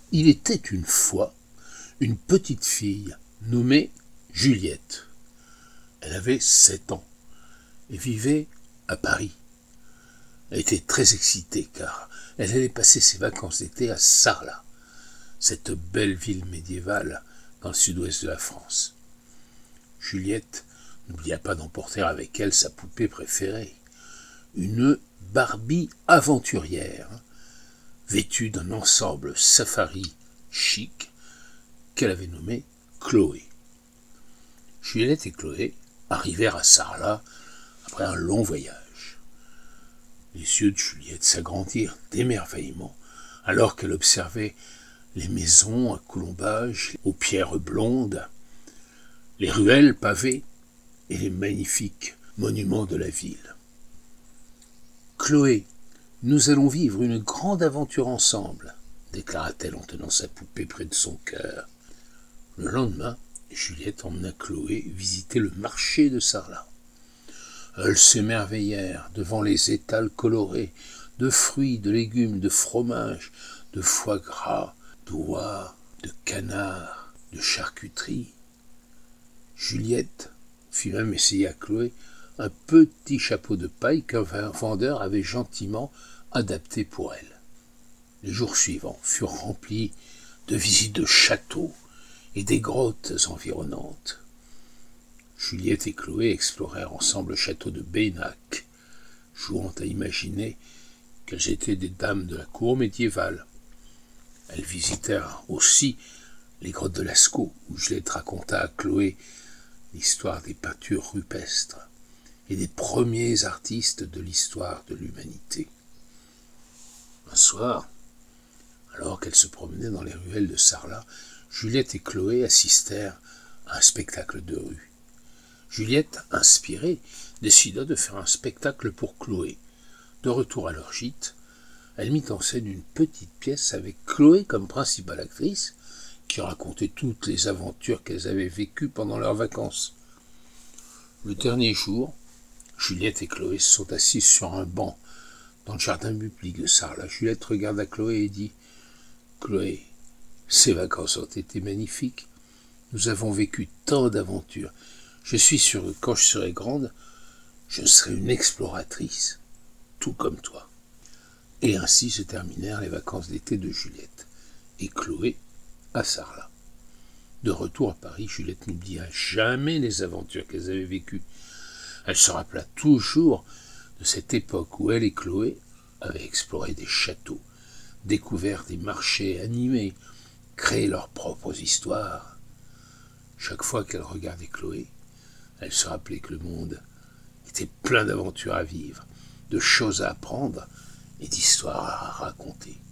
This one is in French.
Il était une fois une petite fille nommée Juliette. Elle avait 7 ans et vivait à Paris. Elle était très excitée car elle allait passer ses vacances d'été à Sarlat, cette belle ville médiévale dans le sud-ouest de la France. Juliette n'oublia pas d'emporter avec elle sa poupée préférée, une Barbie aventurière, vêtue d'un ensemble safari chic qu'elle avait nommé Chloé. Juliette et Chloé arrivèrent à Sarlat après un long voyage. Les yeux de Juliette s'agrandirent d'émerveillement alors qu'elle observait les maisons à colombages, aux pierres blondes, les ruelles pavées et les magnifiques monuments de la ville. Chloé, nous allons vivre une grande aventure ensemble, déclara-t-elle en tenant sa poupée près de son cœur. Le lendemain, Juliette emmena Chloé visiter le marché de Sarlat. Elles s'émerveillèrent devant les étals colorés de fruits, de légumes, de fromages, de foie gras, d'oies, de canards, de charcuterie. Juliette fit même essayer à Chloé un petit chapeau de paille qu'un vendeur avait gentiment adapté pour elle. Les jours suivants furent remplis de visites de châteaux et des grottes environnantes. Juliette et Chloé explorèrent ensemble le château de Bénac, jouant à imaginer qu'elles étaient des dames de la cour médiévale. Elles visitèrent aussi les grottes de Lascaux, où Juliette raconta à Chloé l'histoire des peintures rupestres et des premiers artistes de l'histoire de l'humanité. Un soir, alors qu'elles se promenaient dans les ruelles de Sarlat, Juliette et Chloé assistèrent à un spectacle de rue. Juliette, inspirée, décida de faire un spectacle pour Chloé. De retour à leur gîte, elle mit en scène une petite pièce avec Chloé comme principale actrice, qui racontait toutes les aventures qu'elles avaient vécues pendant leurs vacances. Le dernier jour, Juliette et Chloé se sont assises sur un banc dans le jardin public de Sarlat. Juliette regarda Chloé et dit « Chloé, ces vacances ont été magnifiques. Nous avons vécu tant d'aventures. Je suis sûre que quand je serai grande, je serai une exploratrice, tout comme toi. » Et ainsi se terminèrent les vacances d'été de Juliette et Chloé à Sarlat. De retour à Paris, Juliette n'oublia jamais les aventures qu'elles avaient vécues. Elle se rappela toujours de cette époque où elle et Chloé avaient exploré des châteaux, découvert des marchés animés, créé leurs propres histoires. Chaque fois qu'elle regardait Chloé, elle se rappelait que le monde était plein d'aventures à vivre, de choses à apprendre et d'histoires à raconter.